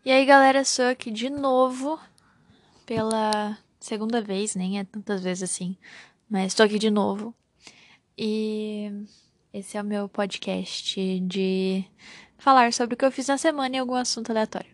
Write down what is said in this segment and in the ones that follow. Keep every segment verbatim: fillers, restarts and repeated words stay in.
E aí, galera, sou aqui de novo pela segunda vez, nem é tantas vezes assim, mas tô aqui de novo. E esse é o meu podcast de falar sobre o que eu fiz na semana e algum assunto aleatório.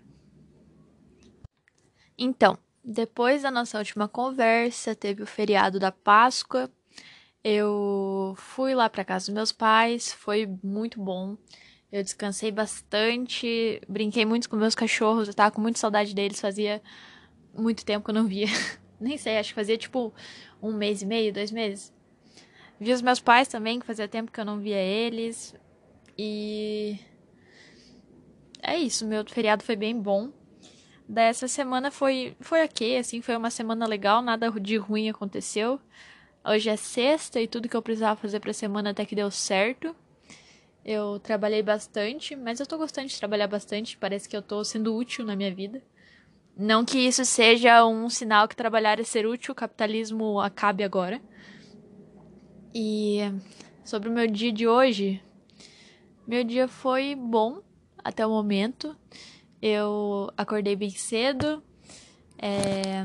Então, depois da nossa última conversa, teve o feriado da Páscoa. Eu fui lá pra casa dos meus pais, foi muito bom. Eu descansei bastante, brinquei muito com meus cachorros, eu tava com muita saudade deles, fazia muito tempo que eu não via. Nem sei, acho que fazia tipo um mês e meio, dois meses. Vi os meus pais também, que fazia tempo que eu não via eles. E é isso, meu feriado foi bem bom. Dessa semana foi, foi ok, assim, foi uma semana legal, nada de ruim aconteceu. Hoje é sexta e tudo que eu precisava fazer pra semana até que deu certo. Eu trabalhei bastante, mas eu tô gostando de trabalhar bastante, parece que eu tô sendo útil na minha vida. Não que isso seja um sinal que trabalhar é ser útil, o capitalismo acabe agora. E sobre o meu dia de hoje, meu dia foi bom até o momento. Eu acordei bem cedo. É...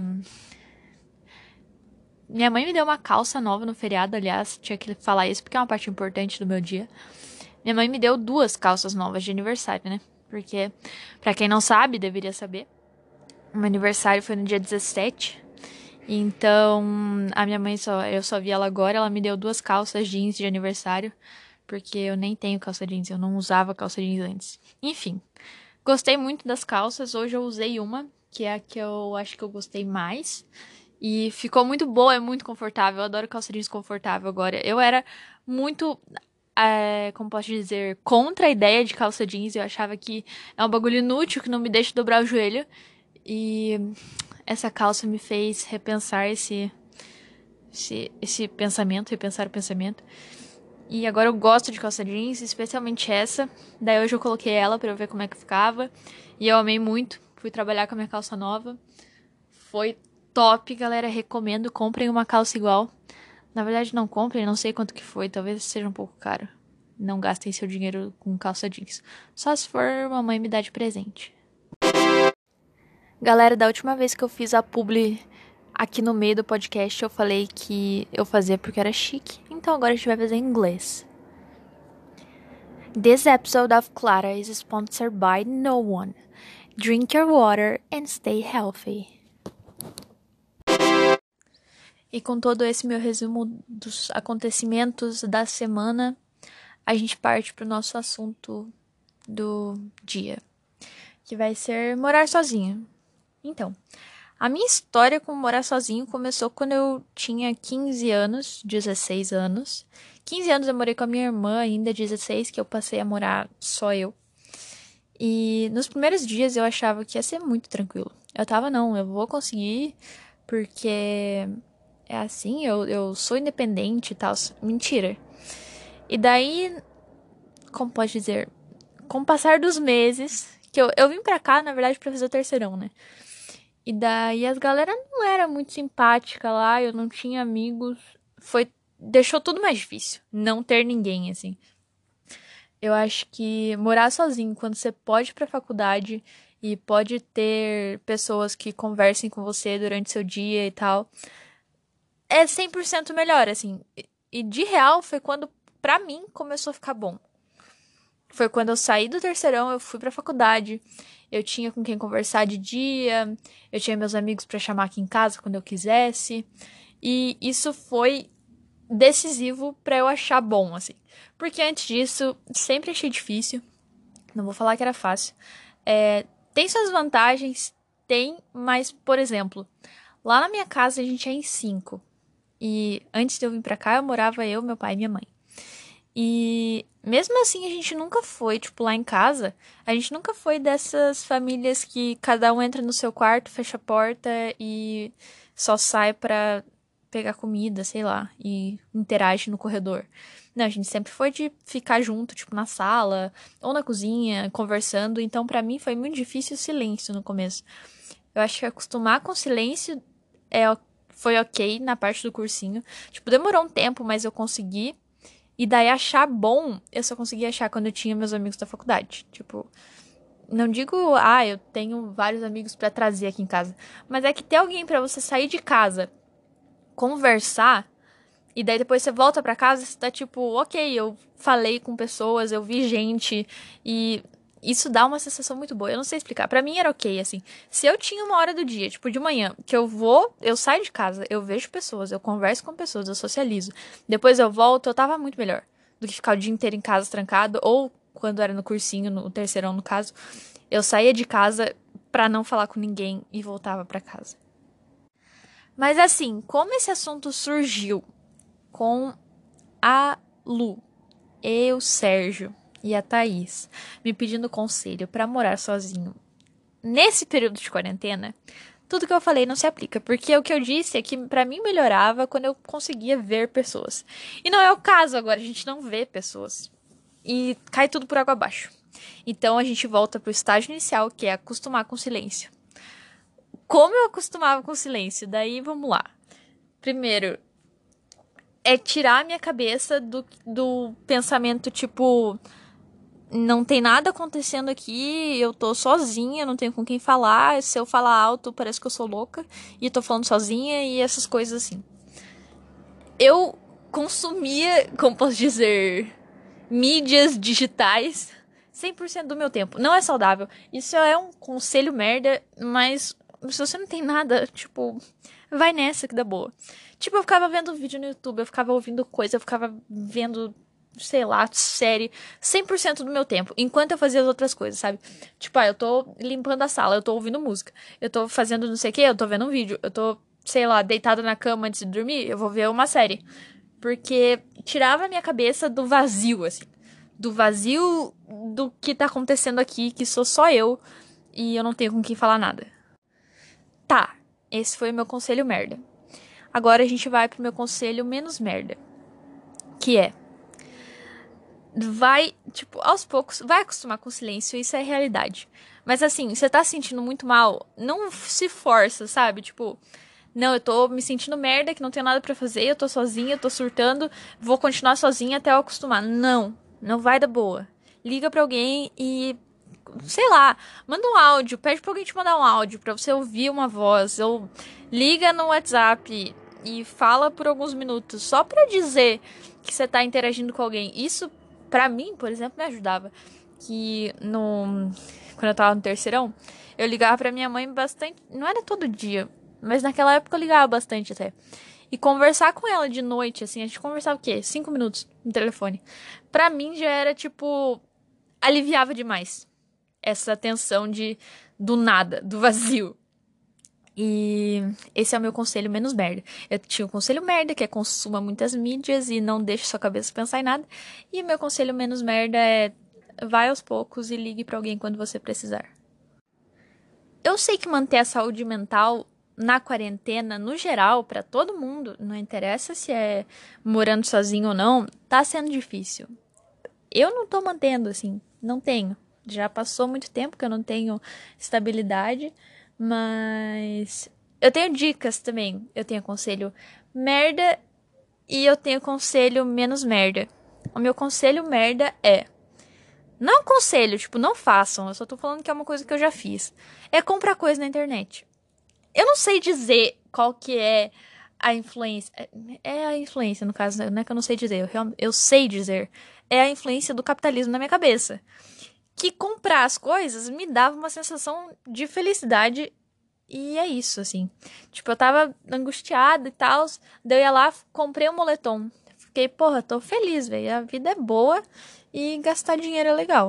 Minha mãe me deu uma calça nova no feriado, aliás, tinha que falar isso porque é uma parte importante do meu dia. Minha mãe me deu duas calças novas de aniversário, né? Porque, pra quem não sabe, deveria saber. O meu aniversário foi no dia dezessete. Então, a minha mãe só, eu só vi ela agora, ela me deu duas calças jeans de aniversário, porque eu nem tenho calça jeans, eu não usava calça jeans antes. Enfim, gostei muito das calças, hoje eu usei uma, que é a que eu acho que eu gostei mais, e ficou muito boa, é muito confortável, eu adoro calça jeans confortável agora. Eu era muito, é, como posso dizer, contra a ideia de calça jeans, eu achava que é um bagulho inútil, que não me deixa dobrar o joelho, e essa calça me fez repensar esse, esse, esse pensamento, repensar o pensamento. E agora eu gosto de calça jeans, especialmente essa. Daí hoje eu coloquei ela pra eu ver como é que ficava. E eu amei muito. Fui trabalhar com a minha calça nova. Foi top, galera. Recomendo. Comprem uma calça igual. Na verdade, não comprem, não sei quanto que foi. Talvez seja um pouco caro. Não gastem seu dinheiro com calça jeans. Só se for mamãe me dar de presente. Galera, da última vez que eu fiz a publi aqui no meio do podcast, eu falei que eu fazia porque era chique. Então agora a gente vai fazer em inglês. This episode of Clara is sponsored by no one. Drink your water and stay healthy. E com todo esse meu resumo dos acontecimentos da semana, a gente parte para o nosso assunto do dia, que vai ser morar sozinho. Então, a minha história com morar sozinho começou quando eu tinha quinze anos, dezesseis anos. quinze anos eu morei com a minha irmã, ainda dezesseis que eu passei a morar só eu. E nos primeiros dias eu achava que ia ser muito tranquilo. Eu tava, não, eu vou conseguir, porque é assim, eu, eu sou independente e tal. Mentira. E daí, como pode dizer, com o passar dos meses, que eu, eu vim pra cá, na verdade, pra fazer o terceirão, né? E daí as galera não era muito simpática lá, eu não tinha amigos. Foi, deixou tudo mais difícil, não ter ninguém, assim. Eu acho que morar sozinho, quando você pode ir pra faculdade e pode ter pessoas que conversem com você durante seu dia e tal, é cem por cento melhor, assim. E de real foi quando, pra mim, começou a ficar bom. Foi quando eu saí do terceirão, eu fui pra faculdade, eu tinha com quem conversar de dia, eu tinha meus amigos pra chamar aqui em casa quando eu quisesse. E isso foi decisivo pra eu achar bom, assim. Porque antes disso, sempre achei difícil. Não vou falar que era fácil. É, tem suas vantagens, tem, mas, por exemplo, lá na minha casa a gente é em cinco. E antes de eu vir pra cá, eu morava eu, meu pai e minha mãe. E mesmo assim a gente nunca foi, tipo, lá em casa, a gente nunca foi dessas famílias que cada um entra no seu quarto, fecha a porta e só sai pra pegar comida, sei lá, e interage no corredor. Não, a gente sempre foi de ficar junto, tipo, na sala ou na cozinha, conversando. Então, pra mim, foi muito difícil o silêncio no começo. Eu acho que acostumar com o silêncio é, foi ok na parte do cursinho. Tipo, demorou um tempo, mas eu consegui. E daí achar bom, eu só conseguia achar quando eu tinha meus amigos da faculdade. Tipo, Não digo, ah, eu tenho vários amigos pra trazer aqui em casa. Mas é que ter alguém pra você sair de casa, conversar, e daí depois você volta pra casa e você tá tipo, ok, eu falei com pessoas, eu vi gente, e isso dá uma sensação muito boa. Eu não sei explicar. Pra mim era ok, assim. Se eu tinha uma hora do dia, tipo de manhã, que eu vou, eu saio de casa, eu vejo pessoas, eu converso com pessoas, eu socializo. Depois eu volto, eu tava muito melhor do que ficar o dia inteiro em casa trancado, ou quando era no cursinho, no terceirão no caso, eu saía de casa pra não falar com ninguém e voltava pra casa. Mas assim, como esse assunto surgiu com a Lu, eu, Sérgio e a Thaís me pedindo conselho pra morar sozinho nesse período de quarentena, tudo que eu falei não se aplica, porque o que eu disse é que pra mim melhorava quando eu conseguia ver pessoas. E não é o caso agora, a gente não vê pessoas. E cai tudo por água abaixo. Então a gente volta pro estágio inicial, que é acostumar com o silêncio. Como eu acostumava com o silêncio? Daí vamos lá. Primeiro, é tirar a minha cabeça do, do pensamento tipo, não tem nada acontecendo aqui, eu tô sozinha, não tenho com quem falar, se eu falar alto parece que eu sou louca e tô falando sozinha e essas coisas assim. Eu consumia, como posso dizer, mídias digitais cem por cento do meu tempo. Não é saudável. Isso é um conselho merda, mas se você não tem nada, tipo, vai nessa que dá boa. Tipo, eu ficava vendo vídeo no YouTube, eu ficava ouvindo coisa, eu ficava vendo, sei lá, série, cem por cento do meu tempo, enquanto eu fazia as outras coisas, sabe? Tipo, ah, eu tô limpando a sala, eu tô ouvindo música, eu tô fazendo não sei o que, eu tô vendo um vídeo, eu tô, sei lá, deitada na cama antes de dormir, eu vou ver uma série. Porque tirava a minha cabeça do vazio, assim. Do vazio do que tá acontecendo aqui, que sou só eu e eu não tenho com quem falar nada. Tá, esse foi o meu conselho merda. Agora a gente vai pro meu conselho menos merda. Que é, vai, tipo, aos poucos, vai acostumar com o silêncio, isso é realidade. Mas assim, você tá se sentindo muito mal, não se força, sabe? Tipo, não, eu tô me sentindo merda, que não tenho nada pra fazer, eu tô sozinha, eu tô surtando, vou continuar sozinha até eu acostumar. Não, não vai dar boa. Liga pra alguém e, sei lá, manda um áudio, pede pra alguém te mandar um áudio pra você ouvir uma voz, ou liga no WhatsApp e fala por alguns minutos, só pra dizer que você tá interagindo com alguém. Isso, pra mim, por exemplo, me ajudava. Que no... Quando eu tava no terceirão, eu ligava pra minha mãe bastante, não era todo dia, mas naquela época eu ligava bastante até. E conversar com ela de noite, assim, a gente conversava o quê? Cinco minutos no telefone. Pra mim já era, tipo, aliviava demais essa tensão de do nada, do vazio. E esse é o meu conselho menos merda. Eu tinha o conselho merda, que é consuma muitas mídias e não deixe sua cabeça pensar em nada. E o meu conselho menos merda é vai aos poucos e ligue pra alguém quando você precisar. Eu sei que manter a saúde mental na quarentena, no geral, pra todo mundo, não interessa se é morando sozinho ou não, tá sendo difícil. Eu não tô mantendo, assim, não tenho. Já passou muito tempo que eu não tenho estabilidade, mas eu tenho dicas também. Eu tenho conselho merda e eu tenho conselho menos merda. O meu conselho merda é não é um conselho, tipo, não façam. Eu só tô falando que é uma coisa que eu já fiz. É comprar coisa na internet. Eu não sei dizer qual que é a influência. É a influência, no caso, não é que eu não sei dizer. Eu, real- eu sei dizer. É a influência do capitalismo na minha cabeça. Que comprar as coisas me dava uma sensação de felicidade. E é isso, assim. Tipo, eu tava angustiada e tal. Daí eu ia lá, comprei um moletom. Fiquei, porra, tô feliz, velho. A vida é boa e gastar dinheiro é legal.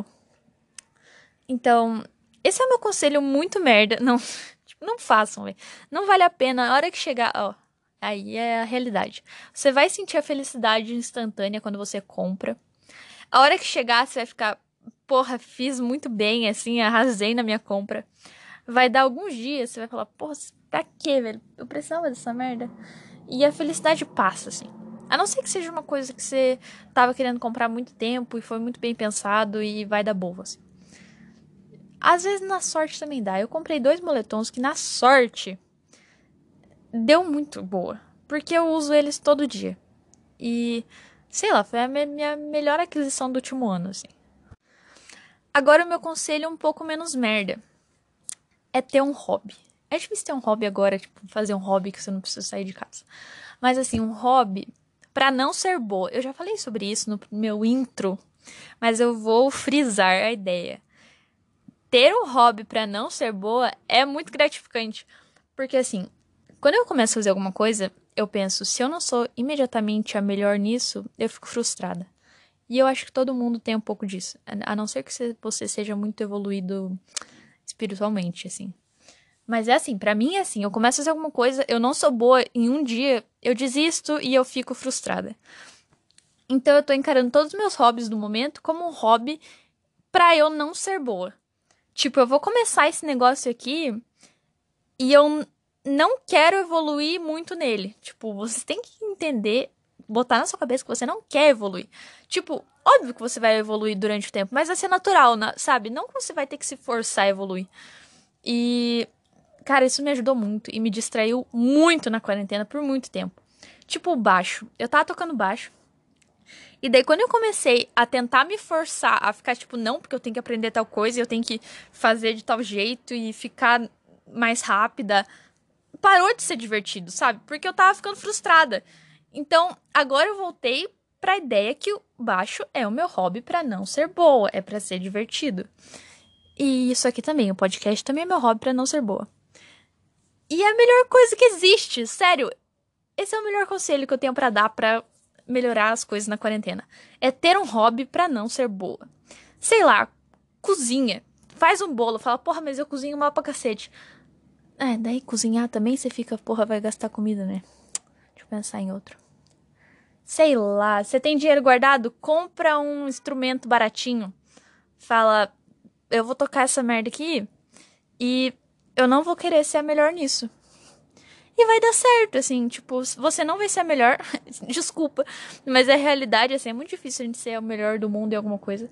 Então, esse é o meu conselho muito merda. Não, tipo, não façam, velho. Não vale a pena. A hora que chegar, ó, aí é a realidade. Você vai sentir a felicidade instantânea quando você compra. A hora que chegar, você vai ficar, porra, fiz muito bem, assim, arrasei na minha compra. Vai dar alguns dias, você vai falar, porra, pra quê, velho? Eu precisava dessa merda. E a felicidade passa, assim. A não ser que seja uma coisa que você tava querendo comprar há muito tempo e foi muito bem pensado e vai dar boa, assim. Às vezes na sorte também dá. Eu comprei dois moletons que na sorte deu muito boa. Porque eu uso eles todo dia. E, sei lá, foi a me- minha melhor aquisição do último ano, assim. Agora o meu conselho é um pouco menos merda. É ter um hobby. É difícil ter um hobby agora, tipo, fazer um hobby que você não precisa sair de casa. Mas assim, um hobby pra não ser boa. Eu já falei sobre isso no meu intro, mas eu vou frisar a ideia. Ter um hobby pra não ser boa é muito gratificante. Porque assim, quando eu começo a fazer alguma coisa, eu penso, se eu não sou imediatamente a melhor nisso, eu fico frustrada. E eu acho que todo mundo tem um pouco disso. A não ser que você seja muito evoluído espiritualmente, assim. Mas é assim, pra mim é assim, eu começo a fazer alguma coisa, eu não sou boa em um dia, eu desisto e eu fico frustrada. Então eu tô encarando todos os meus hobbies do momento como um hobby pra eu não ser boa. Tipo, eu vou começar esse negócio aqui e eu não quero evoluir muito nele. Tipo, você tem que entender, botar na sua cabeça que você não quer evoluir. Tipo, óbvio que você vai evoluir durante o tempo, mas vai ser natural, sabe? Não que você vai ter que se forçar a evoluir. E, cara, isso me ajudou muito e me distraiu muito na quarentena por muito tempo. Tipo, o baixo. Eu tava tocando baixo. E daí, quando eu comecei a tentar me forçar a ficar, tipo, não, porque eu tenho que aprender tal coisa e eu tenho que fazer de tal jeito e ficar mais rápida, parou de ser divertido, sabe? Porque eu tava ficando frustrada. Então, agora eu voltei pra ideia que o baixo é o meu hobby pra não ser boa, é pra ser divertido. E isso aqui também, o podcast também é meu hobby pra não ser boa. E é a melhor coisa que existe, sério. Esse é o melhor conselho que eu tenho pra dar pra melhorar as coisas na quarentena. É ter um hobby pra não ser boa. Sei lá, cozinha. Faz um bolo, fala, porra, mas eu cozinho mal pra cacete. É, daí cozinhar também você fica, porra, vai gastar comida, né? Deixa eu pensar em outro. Sei lá, você tem dinheiro guardado? Compra um instrumento baratinho. Fala, eu vou tocar essa merda aqui e eu não vou querer ser a melhor nisso. E vai dar certo, assim, tipo, você não vai ser a melhor, desculpa, mas é realidade, assim, é muito difícil a gente ser o melhor do mundo em alguma coisa.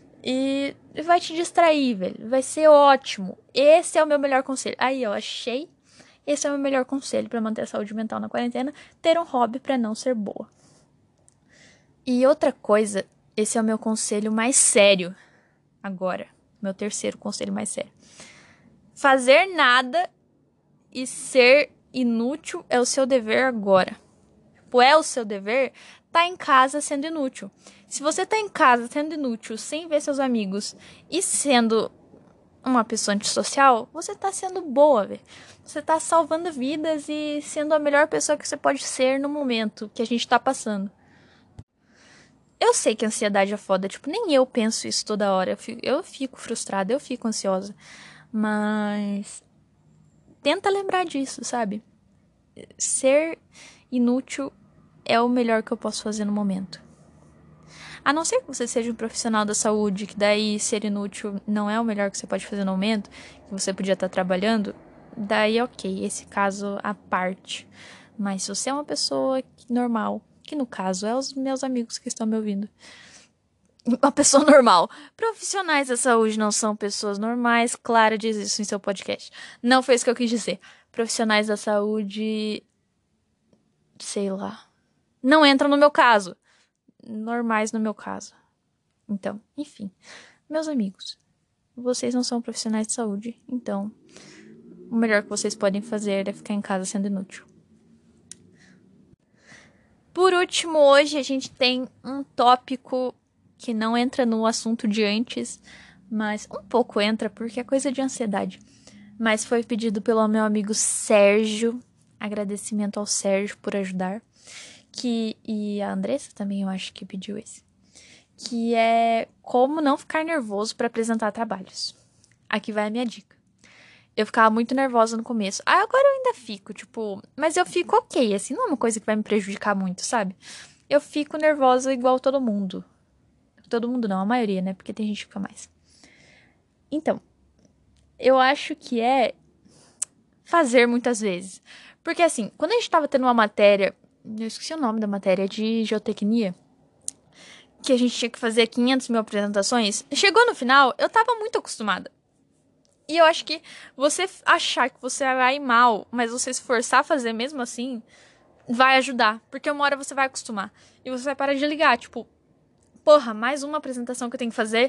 E vai te distrair, velho, vai ser ótimo. Esse é o meu melhor conselho. Aí, eu achei, esse é o meu melhor conselho pra manter a saúde mental na quarentena, ter um hobby pra não ser boa. E outra coisa, esse é o meu conselho mais sério agora, meu terceiro conselho mais sério. Fazer nada e ser inútil é o seu dever agora. Tipo, é o seu dever tá em casa sendo inútil. Se você tá em casa sendo inútil, sem ver seus amigos e sendo uma pessoa antissocial, você tá sendo boa, velho. Você tá salvando vidas e sendo a melhor pessoa que você pode ser no momento que a gente tá passando. Eu sei que a ansiedade é foda, tipo, nem eu penso isso toda hora. Eu fico, eu fico frustrada, eu fico ansiosa. Mas tenta lembrar disso, sabe? Ser inútil é o melhor que eu posso fazer no momento. A não ser que você seja um profissional da saúde, que daí ser inútil não é o melhor que você pode fazer no momento, que você podia estar trabalhando, daí ok, esse caso à parte. Mas se você é uma pessoa normal, que no caso é os meus amigos que estão me ouvindo, uma pessoa normal. Profissionais da saúde não são pessoas normais. Clara diz isso em seu podcast. Não foi isso que eu quis dizer. Profissionais da saúde, sei lá, não entram no meu caso. Normais no meu caso. Então, enfim. Meus amigos, vocês não são profissionais de saúde. Então, o melhor que vocês podem fazer é ficar em casa sendo inútil. Por último, hoje a gente tem um tópico que não entra no assunto de antes, mas um pouco entra porque é coisa de ansiedade. Mas foi pedido pelo meu amigo Sérgio. Agradecimento ao Sérgio por ajudar. Que, e a Andressa também, eu acho que pediu esse. Que é como não ficar nervoso para apresentar trabalhos. Aqui vai a minha dica. Eu ficava muito nervosa no começo. Ah, agora eu ainda fico, tipo... Mas eu fico ok, assim, não é uma coisa que vai me prejudicar muito, sabe? Eu fico nervosa igual todo mundo. Todo mundo não, a maioria, né? Porque tem gente que fica mais. Então, eu acho que é fazer muitas vezes. Porque assim, quando a gente tava tendo uma matéria... Eu esqueci o nome da matéria, de geotecnia. Que a gente tinha que fazer quinhentas mil apresentações. Chegou no final, eu tava muito acostumada. E eu acho que você achar que você vai mal, mas você se forçar a fazer mesmo assim, vai ajudar. Porque uma hora você vai acostumar. E você vai parar de ligar, tipo... Porra, mais uma apresentação que eu tenho que fazer.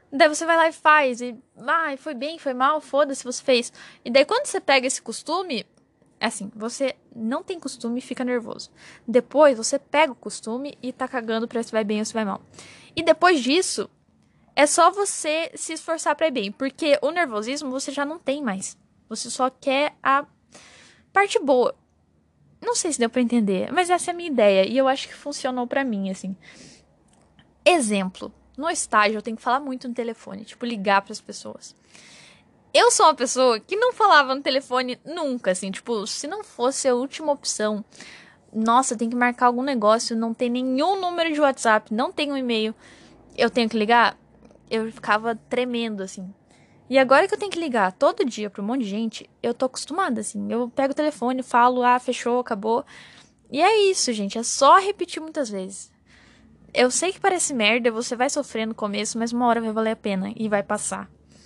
Daí você vai lá e faz. E, ai, foi bem, foi mal, foda-se, você fez. E daí quando você pega esse costume, assim, você não tem costume e fica nervoso. Depois você pega o costume e tá cagando pra se vai bem ou se vai mal. E depois disso, é só você se esforçar pra ir bem. Porque o nervosismo você já não tem mais. Você só quer a parte boa. Não sei se deu pra entender, mas essa é a minha ideia. E eu acho que funcionou pra mim, assim. Exemplo. No estágio eu tenho que falar muito no telefone. Tipo, ligar pras pessoas. Eu sou uma pessoa que não falava no telefone nunca, assim. Tipo, se não fosse a última opção. Nossa, tem que marcar algum negócio. Não tem nenhum número de WhatsApp. Não tem um e-mail. Eu tenho que ligar. Eu ficava tremendo, assim. E agora que eu tenho que ligar todo dia pra um monte de gente, eu tô acostumada, assim. Eu pego o telefone, falo, ah, fechou, acabou. E é isso, gente. É só repetir muitas vezes. Eu sei que parece merda, você vai sofrer no começo, mas uma hora vai valer a pena e vai passar.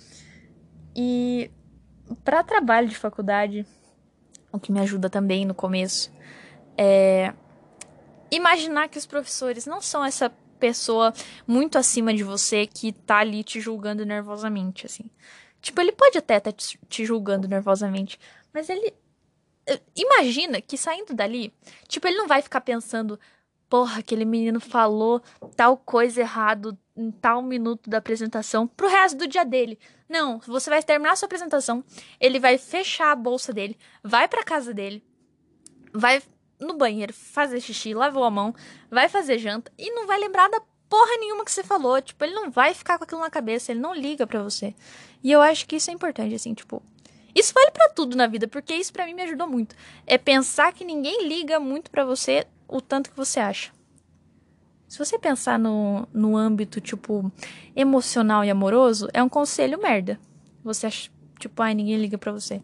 E pra trabalho de faculdade, o que me ajuda também no começo é imaginar que os professores não são essa pessoa muito acima de você que tá ali te julgando nervosamente, assim. Tipo, ele pode até estar te julgando nervosamente, mas ele. Imagina que saindo dali, tipo, ele não vai ficar pensando, porra, aquele menino falou tal coisa errado em tal minuto da apresentação pro resto do dia dele. Não, você vai terminar sua apresentação, ele vai fechar a bolsa dele, vai pra casa dele, vai no banheiro fazer xixi, lavou a mão, vai fazer janta e não vai lembrar da porra nenhuma que você falou. Tipo, ele não vai ficar com aquilo na cabeça, ele não liga pra você. E eu acho que isso é importante, assim, tipo. Isso vale pra tudo na vida, porque isso pra mim me ajudou muito. É pensar que ninguém liga muito pra você o tanto que você acha. Se você pensar no, no âmbito, tipo, emocional e amoroso, é um conselho merda. Você acha, tipo, ai, ninguém liga pra você.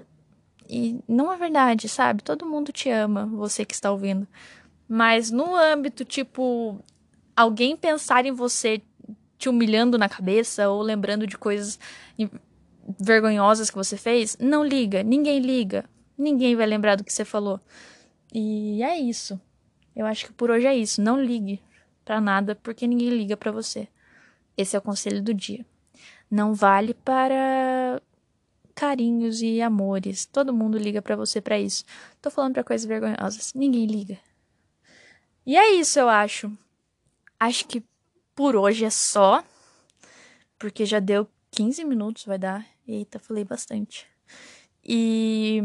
E não é verdade, sabe? Todo mundo te ama, você que está ouvindo. Mas no âmbito, tipo, alguém pensar em você te humilhando na cabeça ou lembrando de coisas vergonhosas que você fez, não liga, ninguém liga. Ninguém vai lembrar do que você falou. E é isso. Eu acho que por hoje é isso. Não ligue pra nada, porque ninguém liga pra você. Esse é o conselho do dia. Não vale para carinhos e amores. Todo mundo liga pra você pra isso. Tô falando pra coisas vergonhosas. Ninguém liga. E é isso, eu acho. Acho que por hoje é só. Porque já deu quinze minutos, vai dar. Eita, falei bastante. E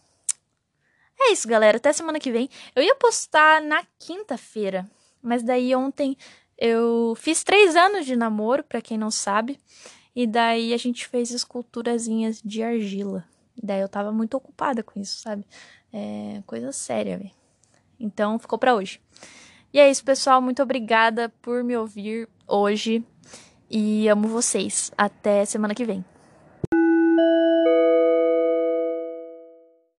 é isso, galera. Até semana que vem. Eu ia postar na quinta-feira. Mas daí ontem eu fiz três anos de namoro, pra quem não sabe. E daí a gente fez esculturazinhas de argila. Daí eu tava muito ocupada com isso, sabe? É coisa séria, velho. Então ficou pra hoje. E é isso, pessoal. Muito obrigada por me ouvir hoje. E amo vocês. Até semana que vem.